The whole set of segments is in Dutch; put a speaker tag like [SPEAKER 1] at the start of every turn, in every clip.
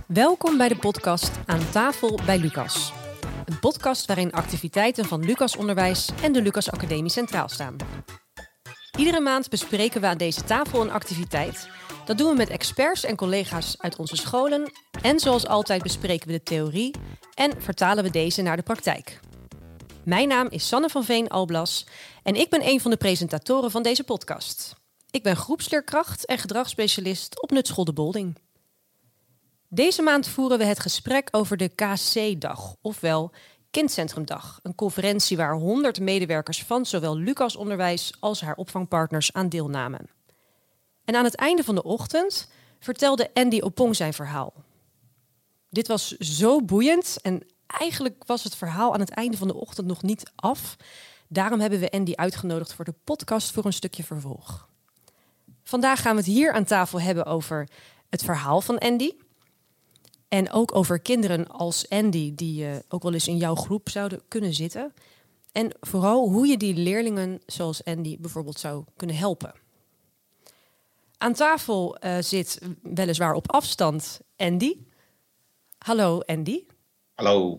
[SPEAKER 1] Welkom bij de podcast Aan tafel bij Lucas. Een podcast waarin activiteiten van Lucas Onderwijs en de Lucas Academie centraal staan. Iedere maand bespreken we aan deze tafel een activiteit. Dat doen we met experts en collega's uit onze scholen. En zoals altijd bespreken we de theorie en vertalen we deze naar de praktijk. Mijn naam is Sanne van Veen-Alblas en ik ben een van de presentatoren van deze podcast. Ik ben groepsleerkracht en gedragsspecialist op Nutschool de Bolding. Deze maand voeren we het gesprek over de KC-dag, ofwel Kindcentrumdag. Een conferentie waar 100 medewerkers van zowel Lucas Onderwijs als haar opvangpartners aan deelnamen. En aan het einde van de ochtend vertelde Andy Opong zijn verhaal. Dit was zo boeiend en eigenlijk was het verhaal aan het einde van de ochtend nog niet af. Daarom hebben we Andy uitgenodigd voor de podcast voor een stukje vervolg. Vandaag gaan we het hier aan tafel hebben over het verhaal van Andy. En ook over kinderen als Andy, die ook wel eens in jouw groep zouden kunnen zitten. En vooral hoe je die leerlingen zoals Andy bijvoorbeeld zou kunnen helpen. Aan tafel zit weliswaar op afstand Andy. Hallo Andy.
[SPEAKER 2] Hallo.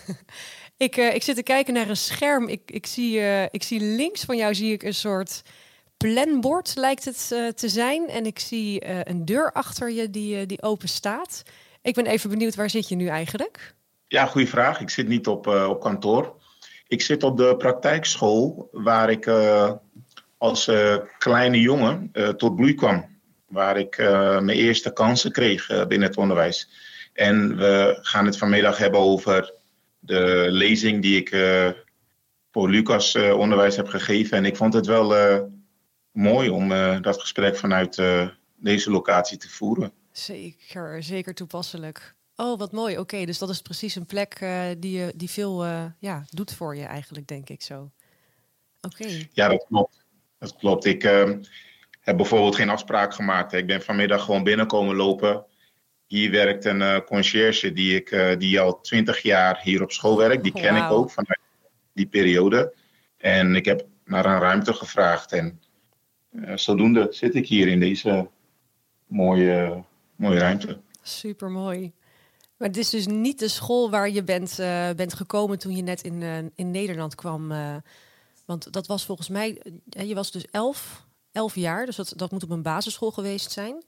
[SPEAKER 1] Ik zit te kijken naar een scherm. Ik zie links van jou een soort planbord, lijkt het te zijn. En ik zie een deur achter je die open staat. Ik ben even benieuwd, waar zit je nu eigenlijk?
[SPEAKER 2] Ja, goede vraag. Ik zit niet op kantoor. Ik zit op de praktijkschool waar ik als kleine jongen tot bloei kwam. Waar ik mijn eerste kansen kreeg binnen het onderwijs. En we gaan het vanmiddag hebben over de lezing die ik voor Lucas Onderwijs heb gegeven. En ik vond het wel mooi om dat gesprek vanuit deze locatie te voeren.
[SPEAKER 1] Zeker toepasselijk. Oh, wat mooi. Oké, dus dat is precies een plek die veel doet voor je eigenlijk, denk ik zo. Oké.
[SPEAKER 2] Ja, dat klopt. Ik heb bijvoorbeeld geen afspraak gemaakt. Ik ben vanmiddag gewoon binnenkomen lopen. Hier werkt een conciërge die al 20 jaar hier op school werkt. Die ken ik ook vanuit die periode. En ik heb naar een ruimte gevraagd. En zodoende zit ik hier in deze mooie ruimte.
[SPEAKER 1] Supermooi. Maar het is dus niet de school waar je bent gekomen toen je net in Nederland kwam. Want dat was volgens mij, je was dus 11 jaar, dus dat moet op een basisschool geweest zijn.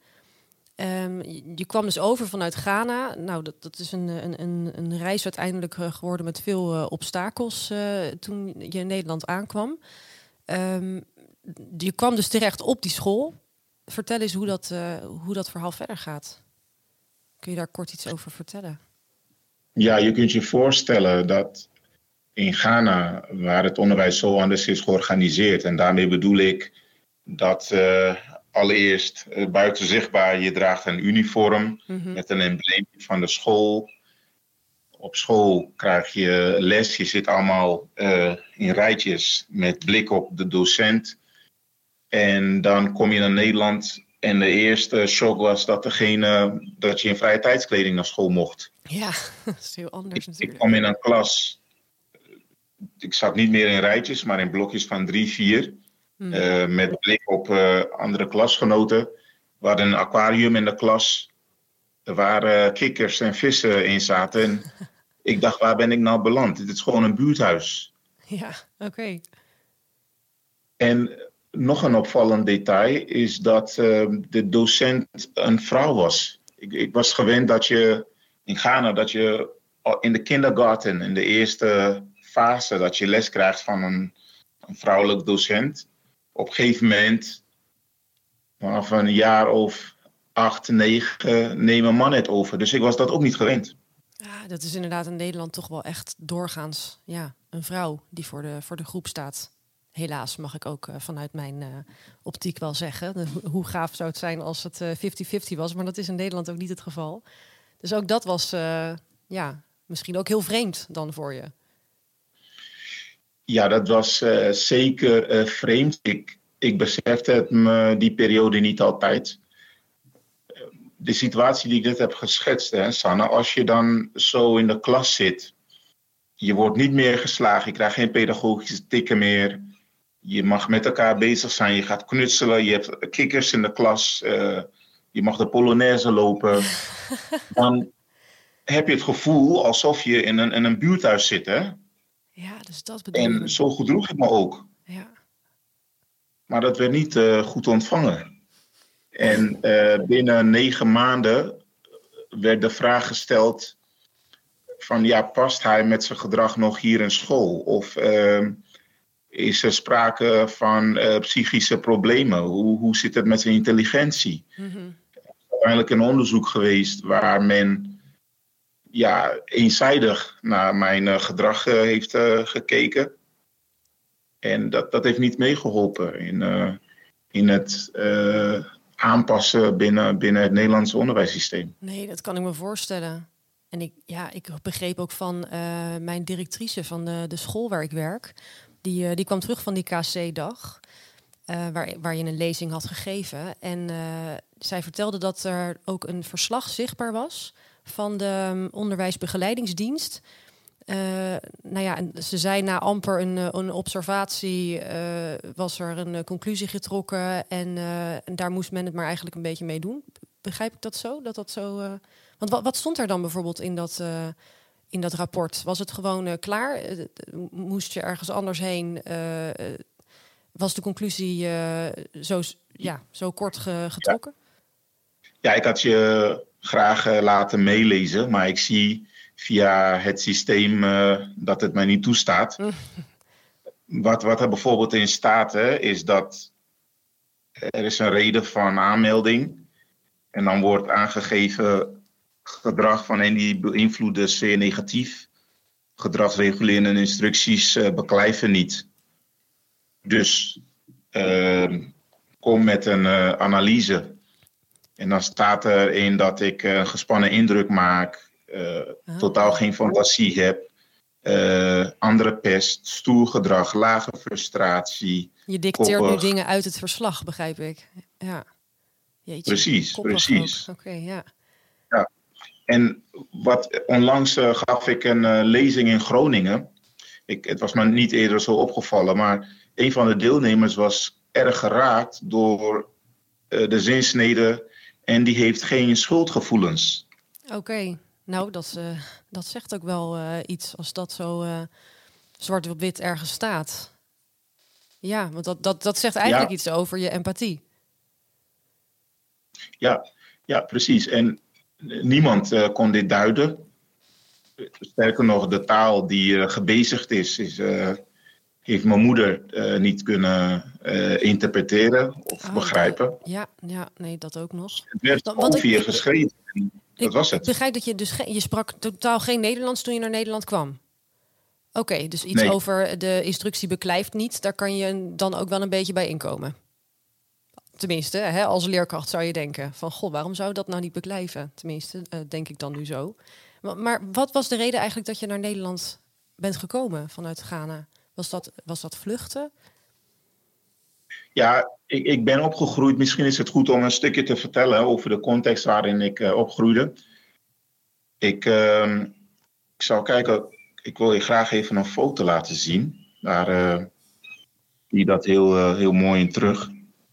[SPEAKER 1] Je kwam dus over vanuit Ghana. Nou, dat is een reis uiteindelijk geworden met veel obstakels toen je in Nederland aankwam. Je kwam dus terecht op die school. Vertel eens hoe dat verhaal verder gaat. Kun je daar kort iets over vertellen?
[SPEAKER 2] Ja, je kunt je voorstellen dat in Ghana, waar het onderwijs zo anders is georganiseerd, en daarmee bedoel ik dat allereerst buiten zichtbaar, je draagt een uniform met een embleem van de school. Op school krijg je les, je zit allemaal in rijtjes met blik op de docent. En dan kom je naar Nederland en de eerste shock was dat je in vrije tijdskleding naar school mocht.
[SPEAKER 1] Ja, dat is heel anders natuurlijk.
[SPEAKER 2] Ik kwam in een klas, ik zat niet meer in rijtjes, maar in blokjes van 3, 4. Met blik op andere klasgenoten. We hadden een aquarium in de klas. Er waren kikkers en vissen in zaten. En ik dacht, waar ben ik nou beland? Dit is gewoon een buurthuis.
[SPEAKER 1] Ja, oké.
[SPEAKER 2] En nog een opvallend detail is dat de docent een vrouw was. Ik was gewend dat je in Ghana, dat je in de kindergarten, in de eerste fase, dat je les krijgt van een vrouwelijk docent. Op een gegeven moment, vanaf een jaar of 8, 9, nemen mannen het over. Dus ik was dat ook niet gewend.
[SPEAKER 1] Ja, dat is inderdaad in Nederland toch wel echt doorgaans een vrouw die voor de groep staat. Helaas mag ik ook vanuit mijn optiek wel zeggen. Hoe gaaf zou het zijn als het 50-50 was. Maar dat is in Nederland ook niet het geval. Dus ook dat was misschien ook heel vreemd dan voor je.
[SPEAKER 2] Ja, dat was zeker vreemd. Ik besefte het me die periode niet altijd. De situatie die ik net heb geschetst, Sanne, als je dan zo in de klas zit. Je wordt niet meer geslagen, je krijgt geen pedagogische tikken meer. Je mag met elkaar bezig zijn, je gaat knutselen, je hebt kikkers in de klas. Je mag de Polonaise lopen. Dan heb je het gevoel alsof je in een buurthuis zit. Hè?
[SPEAKER 1] Ja, dus dat bedoel je.
[SPEAKER 2] En zo gedroeg ik me ook.
[SPEAKER 1] Ja.
[SPEAKER 2] Maar dat werd niet goed ontvangen. En binnen 9 maanden werd de vraag gesteld van ja, past hij met zijn gedrag nog hier in school? Of is er sprake van psychische problemen? Hoe zit het met zijn intelligentie?
[SPEAKER 1] Mm-hmm.
[SPEAKER 2] Er is uiteindelijk een onderzoek geweest waar men eenzijdig naar mijn gedrag heeft gekeken. En dat heeft niet meegeholpen in het aanpassen binnen het Nederlandse onderwijssysteem.
[SPEAKER 1] Nee, dat kan ik me voorstellen. En ik begreep ook van mijn directrice van de school waar ik werk. Die kwam terug van die KC-dag, waar je een lezing had gegeven. En zij vertelde dat er ook een verslag zichtbaar was van de onderwijsbegeleidingsdienst. En ze zei na amper een observatie was er een conclusie getrokken en daar moest men het maar eigenlijk een beetje mee doen. Begrijp ik dat zo? Want wat stond er dan bijvoorbeeld in dat rapport? Was het gewoon klaar? Moest je ergens anders heen? Was de conclusie zo kort getrokken?
[SPEAKER 2] Ja, ik had je graag laten meelezen, maar ik zie via het systeem dat het mij niet toestaat. Wat er bijvoorbeeld in staat, is dat er is een reden van aanmelding. En dan wordt aangegeven gedrag van hen die beïnvloeden zeer negatief. Gedragsregulerende instructies beklijven niet. Dus kom met een analyse. En dan staat erin dat ik een gespannen indruk maak. Totaal geen fantasie heb. Andere pest, stoer gedrag, lage frustratie.
[SPEAKER 1] Je dicteert nu dingen uit het verslag, begrijp ik. Ja. Jeetje,
[SPEAKER 2] precies.
[SPEAKER 1] Oké, ja.
[SPEAKER 2] En onlangs gaf ik een lezing in Groningen. Het was me niet eerder zo opgevallen, maar een van de deelnemers was erg geraakt door de zinsnede en die heeft geen schuldgevoelens.
[SPEAKER 1] Oké. Nou, dat zegt ook wel iets als dat zo zwart op wit ergens staat. Ja, want dat zegt eigenlijk iets over je empathie.
[SPEAKER 2] Ja, precies. En niemand kon dit duiden. Sterker nog, de taal die gebezigd is heeft mijn moeder niet kunnen interpreteren of begrijpen.
[SPEAKER 1] Ja, nee, dat ook nog.
[SPEAKER 2] Het werd gewoon via geschreven. Dat was het.
[SPEAKER 1] Ik begrijp dat je sprak totaal geen Nederlands toen je naar Nederland kwam. Oké, dus iets over de instructie beklijft niet. Daar kan je dan ook wel een beetje bij inkomen. Tenminste, als leerkracht zou je denken van god, waarom zou dat nou niet beklijven? Tenminste, denk ik dan nu zo. Maar wat was de reden eigenlijk dat je naar Nederland bent gekomen vanuit Ghana? Was dat vluchten?
[SPEAKER 2] Ja, ik ben opgegroeid. Misschien is het goed om een stukje te vertellen over de context waarin ik opgroeide. Ik zal kijken, ik wil je graag even een foto laten zien. Daar zie je dat heel mooi in terug.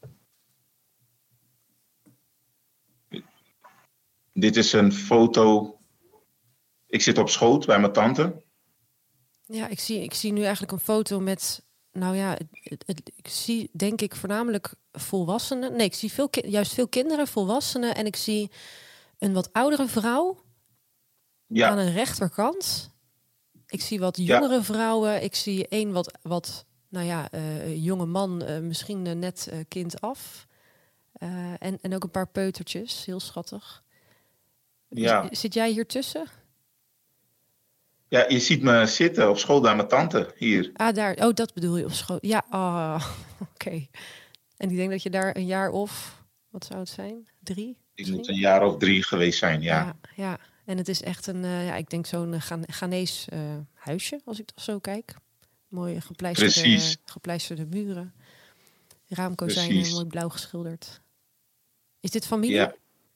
[SPEAKER 2] Dit is een foto. Ik zit op schoot bij mijn tante.
[SPEAKER 1] Ja, ik zie nu eigenlijk een foto met, nou ja, ik zie denk ik voornamelijk volwassenen. Nee, ik zie juist veel kinderen, volwassenen. En ik zie een wat oudere vrouw aan een rechterkant. Ik zie wat jongere vrouwen. Ik zie een wat jonge man, misschien net kind af. En ook een paar peutertjes, heel schattig.
[SPEAKER 2] Ja.
[SPEAKER 1] Zit jij hier tussen?
[SPEAKER 2] Ja, je ziet me zitten op school bij mijn tante hier.
[SPEAKER 1] Ah, daar. Oh, dat bedoel je op school. Ja, oké. En ik denk dat je daar een jaar of, wat zou het zijn? 3?
[SPEAKER 2] Ik moet een jaar of 3 geweest zijn, ja.
[SPEAKER 1] Ja. En het is echt ik denk zo'n Ghanees huisje, als ik dat zo kijk. Mooie gepleisterde muren. Raamkozijnen, mooi blauw geschilderd. Is dit familie?
[SPEAKER 2] Ja.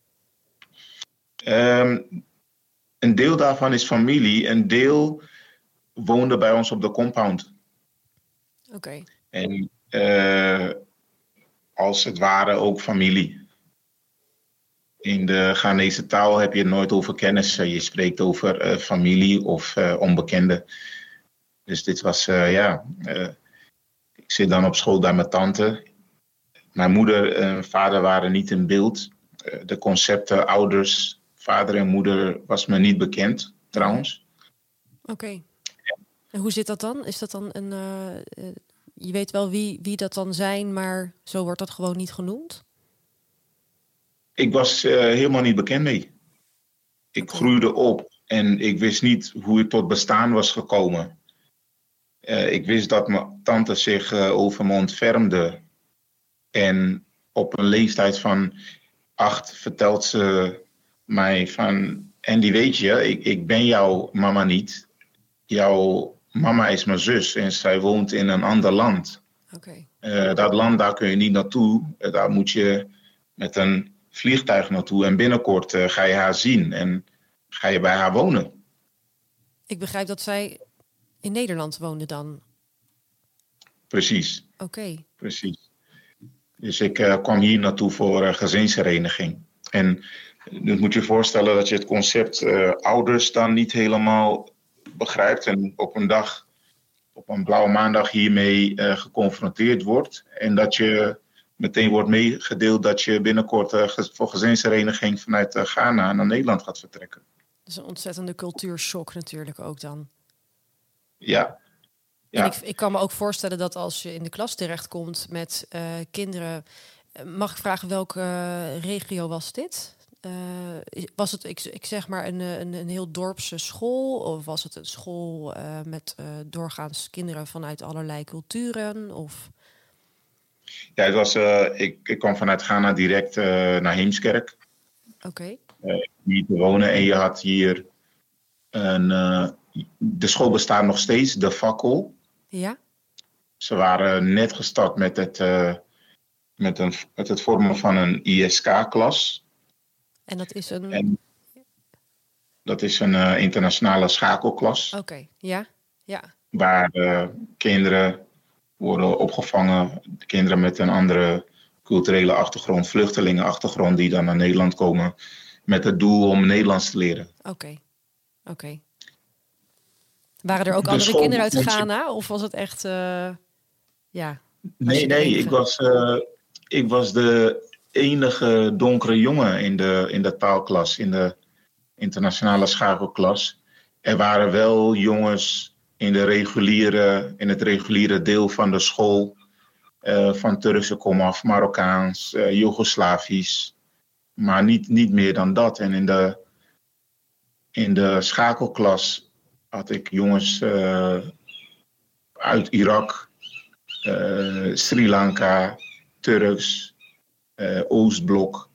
[SPEAKER 2] Een deel daarvan is familie. Een deel woonde bij ons op de compound.
[SPEAKER 1] Oké.
[SPEAKER 2] En als het ware ook familie. In de Ghanese taal heb je het nooit over kennis. Je spreekt over familie of onbekenden. Dus dit was, ik zit dan op school bij mijn tante. Mijn moeder en vader waren niet in beeld. De concepten ouders, vader en moeder was me niet bekend, trouwens.
[SPEAKER 1] Oké. En hoe zit dat dan? Is dat dan een... je weet wel wie dat dan zijn, maar zo wordt dat gewoon niet genoemd?
[SPEAKER 2] Ik was helemaal niet bekend mee. Ik groeide op en ik wist niet hoe het tot bestaan was gekomen. Ik wist dat mijn tante zich over me ontfermde. En op een leeftijd van 8 vertelt ze mij van... Andy, weet je, ik ben jouw mama niet. Jouw mama is mijn zus en zij woont in een ander land.
[SPEAKER 1] Okay.
[SPEAKER 2] Dat land, daar kun je niet naartoe. Daar moet je met een vliegtuig naartoe. En binnenkort ga je haar zien en ga je bij haar wonen.
[SPEAKER 1] Ik begrijp dat zij in Nederland woonde dan.
[SPEAKER 2] Precies.
[SPEAKER 1] Oké.
[SPEAKER 2] Precies. Dus ik kwam hier naartoe voor gezinshereniging. En nu moet je je voorstellen dat je het concept ouders dan niet helemaal begrijpt. En op een dag, op een blauwe maandag hiermee geconfronteerd wordt. En dat je meteen wordt meegedeeld dat je binnenkort voor gezinshereniging vanuit Ghana naar Nederland gaat vertrekken.
[SPEAKER 1] Dat is een ontzettende cultuurshock natuurlijk ook dan.
[SPEAKER 2] Ja. Ja.
[SPEAKER 1] En ik kan me ook voorstellen dat als je in de klas terechtkomt met kinderen... Mag ik vragen welke regio was dit? Was het, ik zeg maar, een heel dorpse school? Of was het een school met doorgaans kinderen vanuit allerlei culturen? Of...
[SPEAKER 2] Ja, het was, ik kwam vanuit Ghana direct naar Heemskerk.
[SPEAKER 1] Oké.
[SPEAKER 2] Hier te wonen. En je had hier de school bestaat nog steeds, de fakkel.
[SPEAKER 1] Ja?
[SPEAKER 2] Ze waren net gestart met het vormen van een ISK-klas.
[SPEAKER 1] En dat is een...
[SPEAKER 2] Dat is een internationale schakelklas.
[SPEAKER 1] Oké, ja.
[SPEAKER 2] Waar kinderen worden opgevangen. Kinderen met een andere culturele achtergrond, vluchtelingenachtergrond, die dan naar Nederland komen. Met het doel om Nederlands te leren.
[SPEAKER 1] Oké. Waren er ook andere kinderen uit Ghana? Of was het echt...
[SPEAKER 2] Nee. Ik was de enige donkere jongen in de taalklas, in de internationale schakelklas. Er waren wel jongens in het reguliere deel van de school. Van Turkse komaf, Marokkaans, Joegoslavisch. Maar niet meer dan dat. En in de schakelklas had ik jongens uit Irak, Sri Lanka, Turks, Oostblok.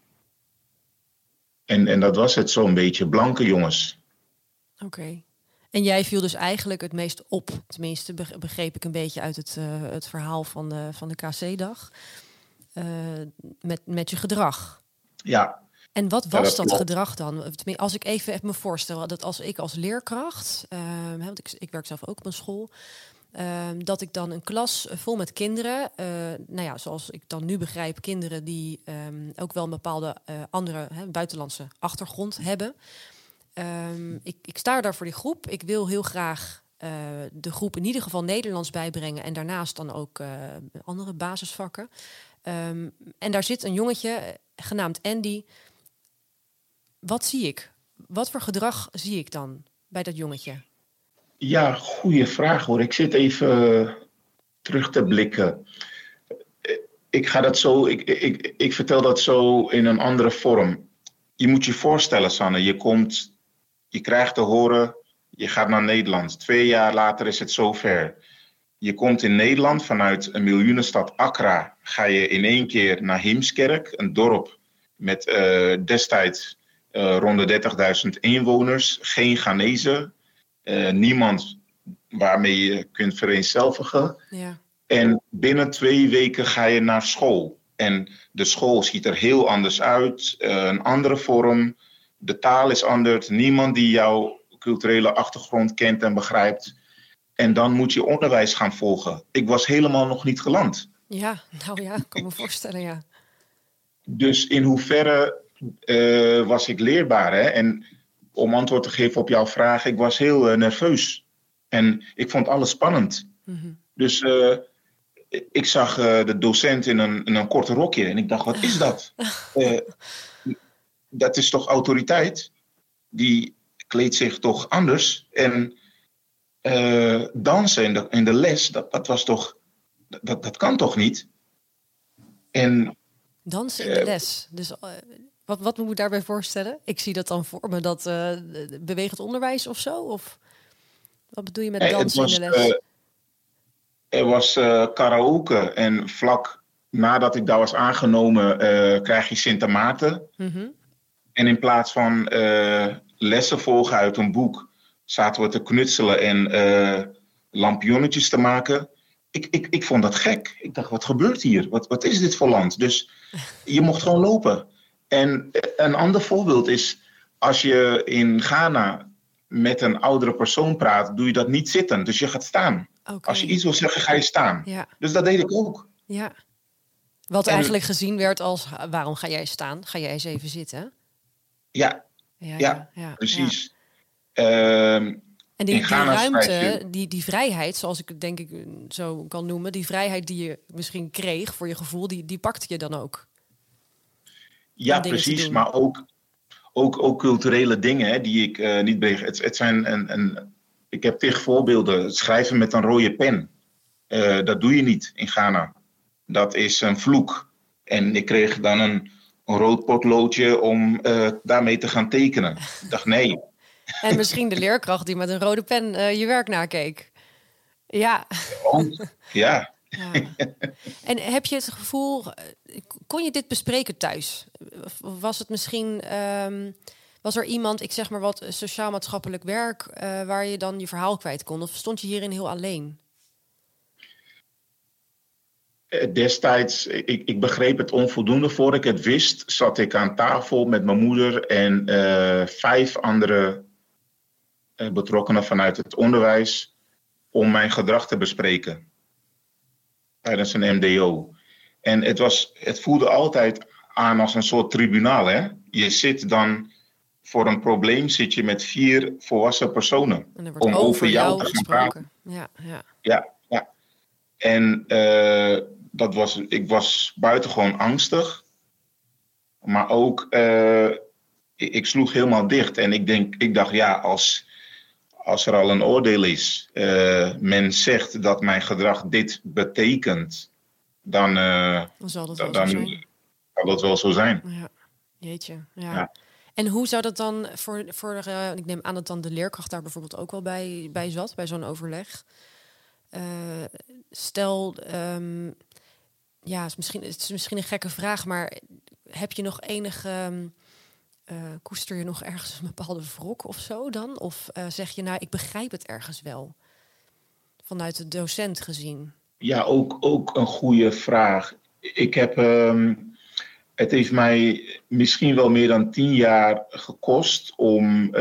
[SPEAKER 2] En dat was het zo'n beetje, blanke jongens.
[SPEAKER 1] Oké. En jij viel dus eigenlijk het meest op. Tenminste, begreep ik een beetje uit het verhaal van de KC-dag. Met je gedrag.
[SPEAKER 2] Ja.
[SPEAKER 1] En wat was dat gedrag dan? Als ik even me voorstel dat als ik als leerkracht... want ik werk zelf ook op een school... dat ik dan een klas vol met kinderen... zoals ik dan nu begrijp... kinderen die ook wel een bepaalde andere buitenlandse achtergrond hebben... Ik sta daar voor die groep. Ik wil heel graag de groep in ieder geval Nederlands bijbrengen... en daarnaast dan ook andere basisvakken. En daar zit een jongetje genaamd Andy. Wat zie ik? Wat voor gedrag zie ik dan bij dat jongetje?
[SPEAKER 2] Ja, goede vraag hoor. Ik zit even terug te blikken. Ik vertel dat zo in een andere vorm. Je moet je voorstellen, Sanne, je krijgt te horen, je gaat naar Nederland. 2 jaar later is het zover. Je komt in Nederland vanuit een miljoenenstad Accra. Ga je in 1 keer naar Heemskerk, een dorp met destijds rond de 30.000 inwoners. Geen Ghanezen, niemand waarmee je kunt vereenzelvigen.
[SPEAKER 1] Ja.
[SPEAKER 2] En binnen 2 weken ga je naar school. En de school ziet er heel anders uit, een andere vorm. De taal is anders, niemand die jouw culturele achtergrond kent en begrijpt. En dan moet je onderwijs gaan volgen. Ik was helemaal nog niet geland.
[SPEAKER 1] Ja, ik kan me voorstellen, ja.
[SPEAKER 2] Dus in hoeverre was ik leerbaar. Hè? En om antwoord te geven op jouw vraag, ik was heel nerveus. En ik vond alles spannend.
[SPEAKER 1] Mm-hmm.
[SPEAKER 2] Dus ik zag de docent in een korte rokje. En ik dacht, wat is dat? Dat is toch autoriteit? Die kleedt zich toch anders? En dansen in de les, dat was toch... Dat kan toch niet? En,
[SPEAKER 1] dansen in de les. Dus wat moet ik daarbij voorstellen? Ik zie dat dan voor me, dat bewegend onderwijs of zo? Of wat bedoel je met dansen in de les?
[SPEAKER 2] Er was karaoke en vlak nadat ik daar was aangenomen krijg je Sint Maarten.
[SPEAKER 1] Mm-hmm.
[SPEAKER 2] En in plaats van lessen volgen uit een boek zaten we te knutselen en lampionnetjes te maken. Ik vond dat gek. Ik dacht, wat gebeurt hier? Wat is dit voor land? Dus je mocht gewoon lopen. En een ander voorbeeld is, als je in Ghana met een oudere persoon praat, doe je dat niet zitten. Dus je gaat staan.
[SPEAKER 1] Okay.
[SPEAKER 2] Als je iets wil zeggen, ga je staan.
[SPEAKER 1] Ja.
[SPEAKER 2] Dus dat deed ik ook.
[SPEAKER 1] Ja. Wat eigenlijk gezien werd als, waarom ga jij staan? Ga jij eens even zitten?
[SPEAKER 2] Ja, precies. Ja.
[SPEAKER 1] En die ruimte, die vrijheid, zoals ik het denk ik zo kan noemen, die vrijheid die je misschien kreeg voor je gevoel, die pakte je dan ook.
[SPEAKER 2] Ja, precies. Maar ook culturele dingen hè, die ik niet breeg. Het zijn ik heb tig voorbeelden. Het schrijven met een rode pen. Dat doe je niet in Ghana. Dat is een vloek. En ik kreeg dan een rood potloodje om daarmee te gaan tekenen. Ik dacht, nee.
[SPEAKER 1] En misschien de leerkracht die met een rode pen je werk nakeek. Ja.
[SPEAKER 2] Ja.
[SPEAKER 1] Ja. En heb je het gevoel, kon je dit bespreken thuis? Was het misschien, was er iemand, ik zeg maar wat, sociaal-maatschappelijk werk, waar je dan je verhaal kwijt kon? Of stond je hierin heel alleen?
[SPEAKER 2] Destijds, ik begreep het onvoldoende. Voor ik het wist, zat ik aan tafel met mijn moeder en 5 andere betrokkenen vanuit het onderwijs om mijn gedrag te bespreken tijdens een MDO. En het voelde altijd aan als een soort tribunaal. Hè? Je zit dan voor een probleem, zit je met 4 volwassen personen om over jou te gaan praten. Ja. En ik was buitengewoon angstig, maar ook ik sloeg helemaal dicht. En ik dacht, ja, als er al een oordeel is, men zegt dat mijn gedrag dit betekent, dan zal dat wel zo zijn.
[SPEAKER 1] Ja, jeetje. Ja. En hoe zou dat dan ik neem aan dat dan de leerkracht daar bijvoorbeeld ook wel bij zat, bij zo'n overleg. Stel, het is misschien een gekke vraag, maar heb je nog enige... koester je nog ergens een bepaalde wrok of zo dan? Of zeg je, nou, ik begrijp het ergens wel? Vanuit de docent gezien.
[SPEAKER 2] Ja, ook een goede vraag. Het heeft mij misschien wel meer dan 10 jaar gekost om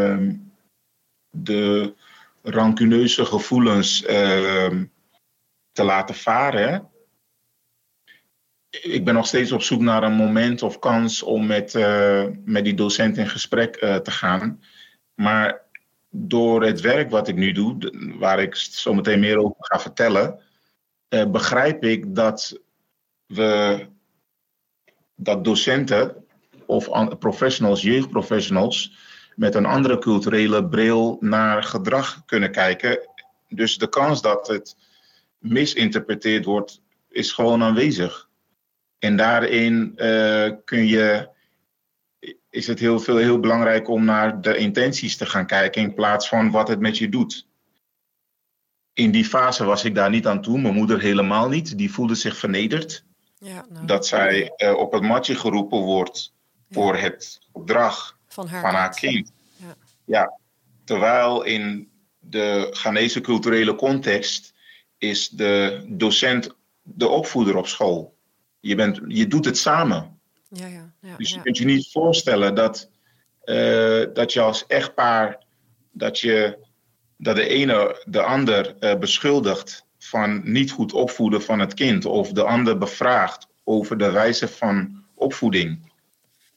[SPEAKER 2] de rancuneuze gevoelens te laten varen. Ik ben nog steeds op zoek naar een moment of kans om met die docent in gesprek te gaan. Maar door het werk wat ik nu doe, waar ik zo meteen meer over ga vertellen, begrijp ik dat docenten of professionals, jeugdprofessionals, met een andere culturele bril naar gedrag kunnen kijken. Dus de kans dat het misinterpreteerd wordt, is gewoon aanwezig. En daarin is het heel belangrijk om naar de intenties te gaan kijken in plaats van wat het met je doet. In die fase was ik daar niet aan toe, mijn moeder helemaal niet. Die voelde zich vernederd.
[SPEAKER 1] Ja, nou,
[SPEAKER 2] dat zij op het matje geroepen wordt voor het gedrag van haar kind. Ja, terwijl in de Ghanese culturele context is de docent de opvoeder op school. Je doet het samen. Dus je kunt je niet voorstellen dat je als echtpaar, dat de ene de ander beschuldigt van niet goed opvoeden van het kind, of de ander bevraagt over de wijze van opvoeding.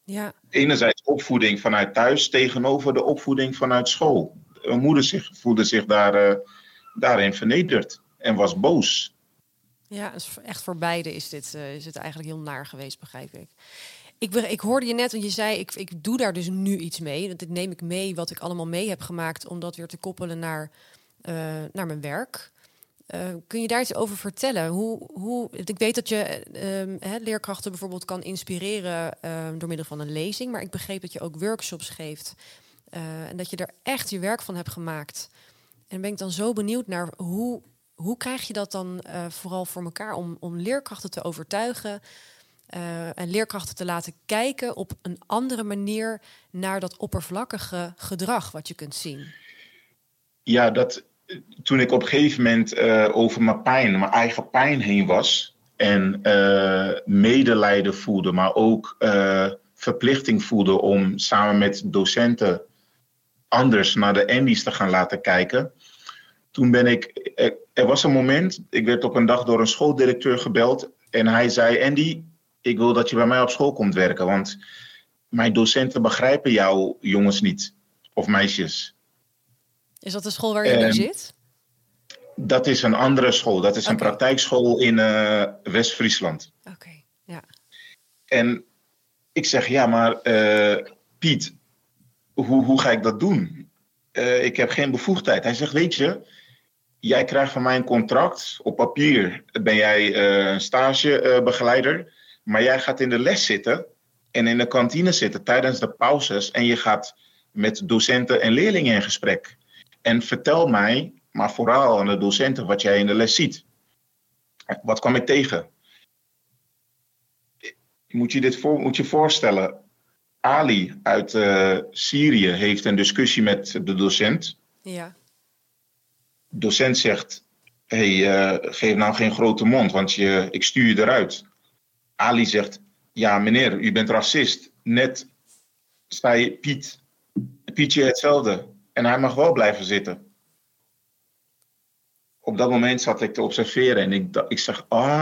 [SPEAKER 1] Ja.
[SPEAKER 2] Enerzijds opvoeding vanuit thuis tegenover de opvoeding vanuit school. Mijn moeder voelde zich daarin vernederd en was boos.
[SPEAKER 1] Ja, dus echt voor beide is het eigenlijk heel naar geweest, begrijp ik. Ik hoorde je net, want je zei, ik doe daar dus nu iets mee. Dit neem ik mee wat ik allemaal mee heb gemaakt om dat weer te koppelen naar mijn werk. Kun je daar iets over vertellen? Ik weet dat je leerkrachten bijvoorbeeld kan inspireren door middel van een lezing. Maar ik begreep dat je ook workshops geeft. En dat je er echt je werk van hebt gemaakt. En ben ik dan zo benieuwd naar hoe krijg je dat dan vooral voor elkaar om leerkrachten te overtuigen en leerkrachten te laten kijken op een andere manier naar dat oppervlakkige gedrag wat je kunt zien?
[SPEAKER 2] Ja, toen ik op een gegeven moment over mijn eigen pijn heen was en medelijden voelde, maar ook verplichting voelde om samen met docenten anders naar de Andy's te gaan laten kijken. Toen er was een moment, ik werd op een dag door een schooldirecteur gebeld en hij zei: Andy, ik wil dat je bij mij op school komt werken, want mijn docenten begrijpen jou jongens niet, of meisjes.
[SPEAKER 1] Is dat de school waar je nu zit?
[SPEAKER 2] Dat is een andere school, dat is een praktijkschool in West-Friesland.
[SPEAKER 1] Oké, ja.
[SPEAKER 2] En ik zeg, ja, maar Piet, hoe ga ik dat doen? Ik heb geen bevoegdheid. Hij zegt, weet je, jij krijgt van mij een contract. Op papier ben jij een stagebegeleider. Maar jij gaat in de les zitten en in de kantine zitten tijdens de pauzes. En je gaat met docenten en leerlingen in gesprek. En vertel mij, maar vooral aan de docenten, wat jij in de les ziet. Wat kwam ik tegen? Moet je voorstellen, Ali uit Syrië heeft een discussie met de docent.
[SPEAKER 1] Ja.
[SPEAKER 2] De docent zegt, geef nou geen grote mond, want ik stuur je eruit. Ali zegt, ja meneer, u bent racist. Net zei Pietje hetzelfde. En hij mag wel blijven zitten. Op dat moment zat ik te observeren en ik zeg,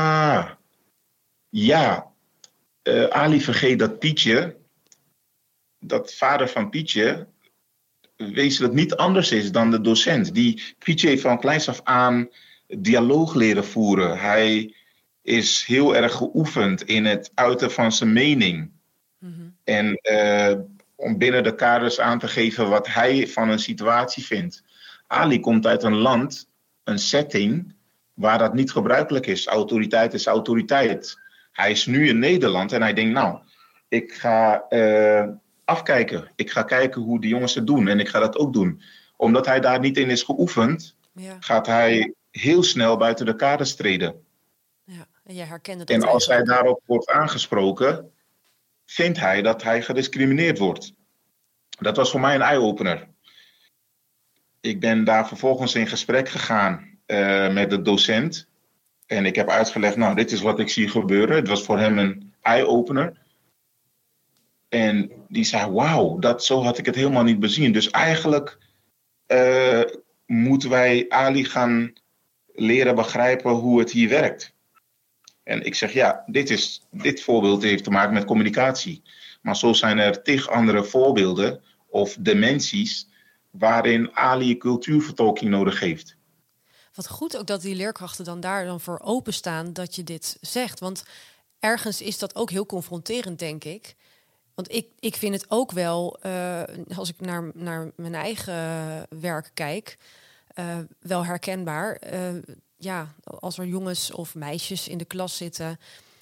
[SPEAKER 2] ja, Ali vergeet dat Pietje, dat vader van Pietje, wezenlijk niet anders is dan de docent. Pietje heeft van kleins af aan dialoog leren voeren. Hij is heel erg geoefend in het uiten van zijn mening. Mm-hmm. En om binnen de kaders aan te geven wat hij van een situatie vindt. Ali komt uit een land, een setting, waar dat niet gebruikelijk is. Autoriteit is autoriteit. Hij is nu in Nederland en hij denkt, nou, ik ga afkijken. Ik ga kijken hoe de jongens het doen en ik ga dat ook doen. Omdat hij daar niet in is geoefend, gaat hij heel snel buiten de kaders treden.
[SPEAKER 1] Ja, en jij herkende dat.
[SPEAKER 2] En als hij daarop wordt aangesproken, vindt hij dat hij gediscrimineerd wordt. Dat was voor mij een eye-opener. Ik ben daar vervolgens in gesprek gegaan met de docent. En ik heb uitgelegd, nou, dit is wat ik zie gebeuren. Het was voor hem een eye-opener. En die zei, wauw, zo had ik het helemaal niet bezien. Dus eigenlijk moeten wij Ali gaan leren begrijpen hoe het hier werkt. En ik zeg, ja, dit voorbeeld heeft te maken met communicatie. Maar zo zijn er tig andere voorbeelden of dimensies waarin Ali cultuurvertolking nodig heeft.
[SPEAKER 1] Wat goed ook dat die leerkrachten daar voor openstaan dat je dit zegt. Want ergens is dat ook heel confronterend, denk ik. Want ik vind het ook wel, als ik naar mijn eigen werk kijk, wel herkenbaar. Als er jongens of meisjes in de klas zitten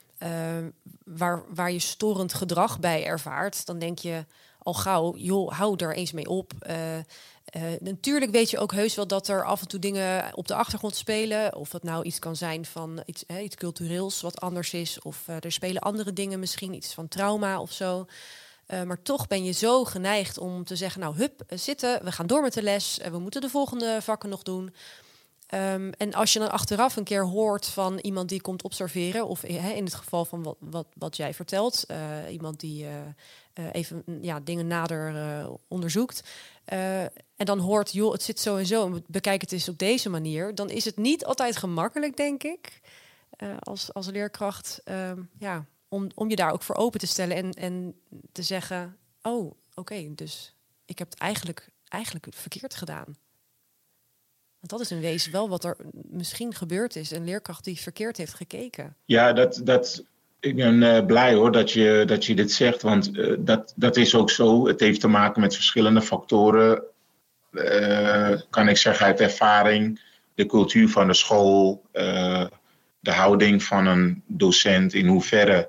[SPEAKER 1] waar je storend gedrag bij ervaart, dan denk je al gauw, joh, hou er eens mee op. Natuurlijk weet je ook heus wel dat er af en toe dingen op de achtergrond spelen. Of dat nou iets kan zijn van iets cultureels wat anders is. Of er spelen andere dingen misschien, iets van trauma of zo. Maar toch ben je zo geneigd om te zeggen, nou hup, zitten, we gaan door met de les. We moeten de volgende vakken nog doen. En als je dan achteraf een keer hoort van iemand die komt observeren, of in het geval van wat jij vertelt, iemand die even dingen nader onderzoekt, en dan hoort, joh, het zit zo en zo, bekijk het eens op deze manier, dan is het niet altijd gemakkelijk, denk ik, als leerkracht, om je daar ook voor open te stellen en te zeggen, oh, oké, dus ik heb het eigenlijk verkeerd gedaan. Want dat is in wezen wel wat er misschien gebeurd is. Een leerkracht die verkeerd heeft gekeken.
[SPEAKER 2] Ja, ik ben blij hoor dat je dit zegt. Want dat is ook zo. Het heeft te maken met verschillende factoren. Kan ik zeggen uit ervaring. De cultuur van de school. De houding van een docent. In hoeverre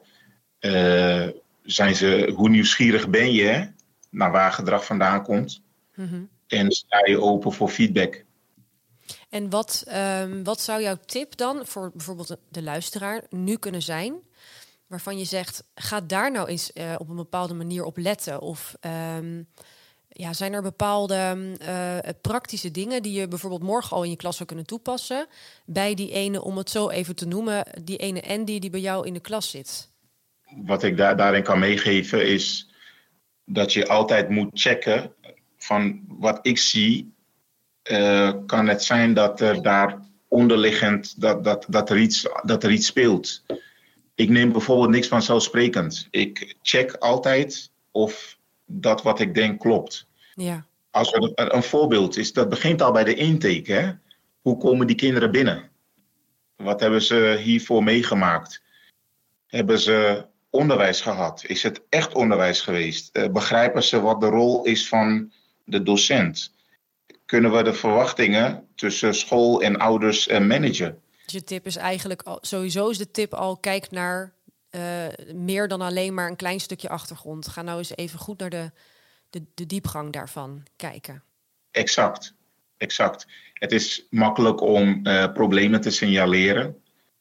[SPEAKER 2] hoe nieuwsgierig ben je, hè, naar waar gedrag vandaan komt. Mm-hmm. En sta je open voor feedback.
[SPEAKER 1] En wat zou jouw tip dan voor bijvoorbeeld de luisteraar nu kunnen zijn, waarvan je zegt, ga daar nou eens op een bepaalde manier op letten? Of zijn er bepaalde praktische dingen die je bijvoorbeeld morgen al in je klas zou kunnen toepassen bij die ene, om het zo even te noemen, die ene Andy die bij jou in de klas zit?
[SPEAKER 2] Wat ik daarin kan meegeven is dat je altijd moet checken van wat ik zie. Kan het zijn dat er daar onderliggend dat er iets speelt. Ik neem bijvoorbeeld niks vanzelfsprekend. Ik check altijd of dat wat ik denk klopt.
[SPEAKER 1] Ja.
[SPEAKER 2] Als er een voorbeeld is, dat begint al bij de intake. Hè? Hoe komen die kinderen binnen? Wat hebben ze hiervoor meegemaakt? Hebben ze onderwijs gehad? Is het echt onderwijs geweest? Begrijpen ze wat de rol is van de docent? Kunnen we de verwachtingen tussen school en ouders managen?
[SPEAKER 1] Dus je tip is eigenlijk, sowieso is de tip al, kijk naar meer dan alleen maar een klein stukje achtergrond. Ga nou eens even goed naar de diepgang daarvan kijken.
[SPEAKER 2] Exact. Het is makkelijk om problemen te signaleren.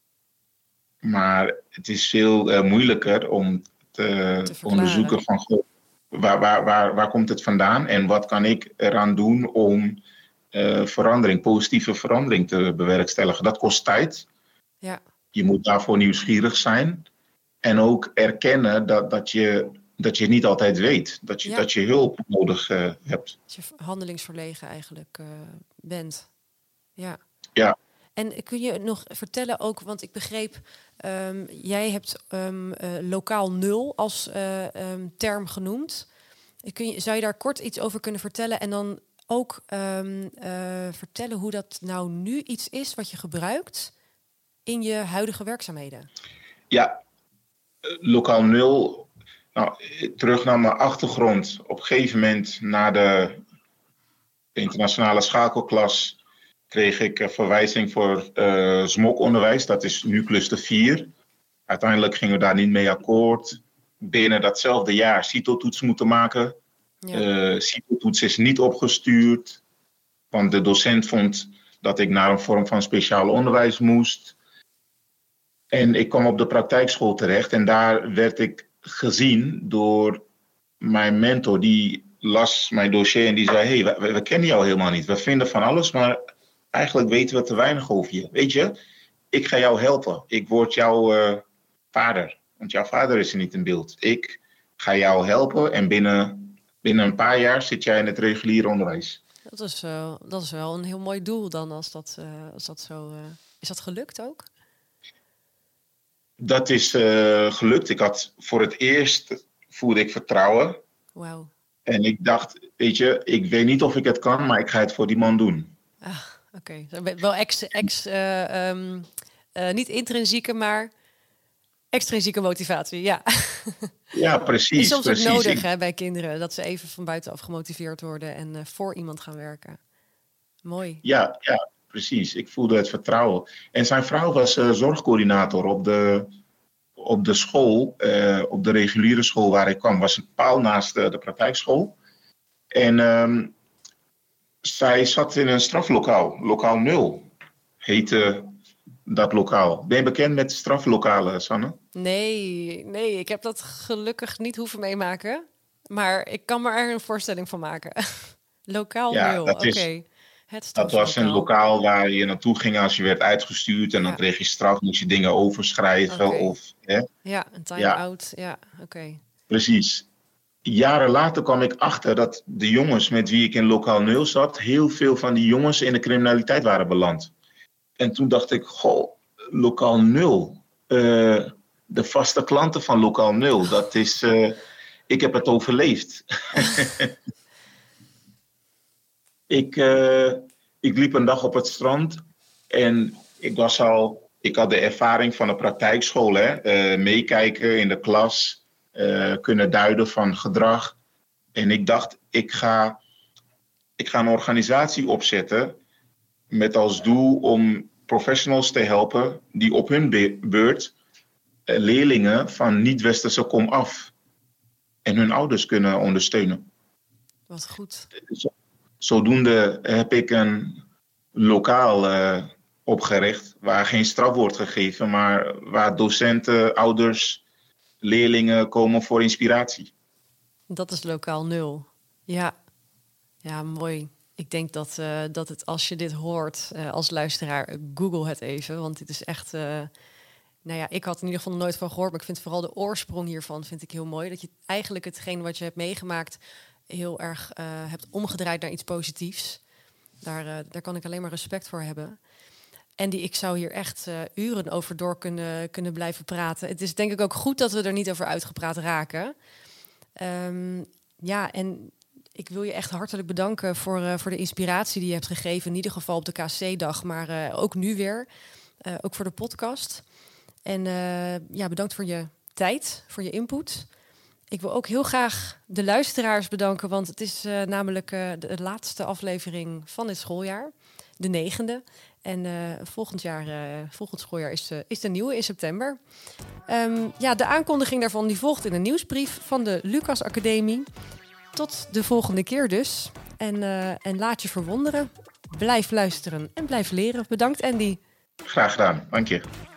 [SPEAKER 2] Maar het is veel moeilijker om te onderzoeken van waar komt het vandaan en wat kan ik eraan doen om positieve verandering te bewerkstelligen. Dat kost tijd.
[SPEAKER 1] Ja.
[SPEAKER 2] Je moet daarvoor nieuwsgierig zijn en ook erkennen dat je het niet altijd weet. Dat je hulp nodig hebt.
[SPEAKER 1] Dat je handelingsverlegen eigenlijk bent. Ja.
[SPEAKER 2] Ja.
[SPEAKER 1] En kun je nog vertellen ook, want ik begreep, jij hebt lokaal 0 als term genoemd. Zou je daar kort iets over kunnen vertellen en dan ook vertellen hoe dat nou nu iets is wat je gebruikt in je huidige werkzaamheden?
[SPEAKER 2] Ja, lokaal 0. Nou, terug naar mijn achtergrond. Op een gegeven moment na de internationale schakelklas kreeg ik verwijzing voor SMOK-onderwijs. Dat is nu cluster 4. Uiteindelijk gingen we daar niet mee akkoord. Binnen datzelfde jaar CITO-toets moeten maken. Ja. CITO-toets is niet opgestuurd. Want de docent vond dat ik naar een vorm van speciaal onderwijs moest. En ik kwam op de praktijkschool terecht. En daar werd ik gezien door mijn mentor. Die las mijn dossier en die zei, hey, we kennen jou helemaal niet. We vinden van alles, maar eigenlijk weten we te weinig over je. Weet je, ik ga jou helpen. Ik word jouw vader. Want jouw vader is er niet in beeld. Ik ga jou helpen en binnen een paar jaar zit jij in het reguliere onderwijs.
[SPEAKER 1] Dat is wel een heel mooi doel dan, als dat zo... Is dat gelukt ook?
[SPEAKER 2] Dat is gelukt. Ik had voor het eerst voelde ik vertrouwen.
[SPEAKER 1] Wauw.
[SPEAKER 2] En ik dacht, weet je, ik weet niet of ik het kan, maar ik ga het voor die man doen.
[SPEAKER 1] Oké. Wel niet intrinsieke, maar extrinsieke motivatie, ja.
[SPEAKER 2] Ja, precies.
[SPEAKER 1] Is soms ook nodig hè, bij kinderen, dat ze even van buitenaf gemotiveerd worden en voor iemand gaan werken. Mooi.
[SPEAKER 2] Ja, precies. Ik voelde het vertrouwen. En zijn vrouw was zorgcoördinator op de school, op de reguliere school waar ik kwam. Was een paal naast de praktijkschool. En zij zat in een straflokaal. Lokaal 0 heette dat lokaal. Ben je bekend met straflokalen, Sanne?
[SPEAKER 1] Nee, ik heb dat gelukkig niet hoeven meemaken. Maar ik kan me er een voorstelling van maken. Lokaal 0, oké.
[SPEAKER 2] Dat was een lokaal waar je naartoe ging als je werd uitgestuurd. En dan kreeg je straf, moest je dingen overschrijven.
[SPEAKER 1] Okay.
[SPEAKER 2] Of, hè?
[SPEAKER 1] Ja, een time-out. Ja, oké.
[SPEAKER 2] Precies. Jaren later kwam ik achter dat de jongens met wie ik in lokaal 0 zat, heel veel van die jongens in de criminaliteit waren beland. En toen dacht ik, lokaal 0. de vaste klanten van Lokaal 0. Dat is, ik heb het overleefd. Ik liep een dag op het strand en ik had de ervaring van een praktijkschool. Meekijken in de klas, kunnen duiden van gedrag. En ik dacht, ik ga een organisatie opzetten met als doel om professionals te helpen die op hun beurt leerlingen van niet-westerse komaf en hun ouders kunnen ondersteunen.
[SPEAKER 1] Wat goed.
[SPEAKER 2] Zodoende heb ik een lokaal opgericht waar geen straf wordt gegeven, maar waar docenten, ouders, leerlingen komen voor inspiratie.
[SPEAKER 1] Dat is Lokaal 0. Ja, mooi. Ik denk dat het, als je dit hoort als luisteraar, Google het even. Want dit is echt... ik had in ieder geval nog nooit van gehoord, maar ik vind vooral de oorsprong hiervan vind ik heel mooi. Dat je eigenlijk hetgeen wat je hebt meegemaakt heel erg hebt omgedraaid naar iets positiefs. Daar kan ik alleen maar respect voor hebben. En ik zou hier echt uren over door kunnen blijven praten. Het is denk ik ook goed dat we er niet over uitgepraat raken. En ik wil je echt hartelijk bedanken voor de inspiratie die je hebt gegeven. In ieder geval op de KC-dag, maar ook nu weer. Ook voor de podcast. En bedankt voor je tijd, voor je input. Ik wil ook heel graag de luisteraars bedanken, want het is namelijk de laatste aflevering van dit schooljaar. De 9e. En volgend schooljaar is de nieuwe in september. De aankondiging daarvan die volgt in een nieuwsbrief van de Lucas Academie. Tot de volgende keer dus. En laat je verwonderen. Blijf luisteren en blijf leren. Bedankt, Andy.
[SPEAKER 2] Graag gedaan. Dank je.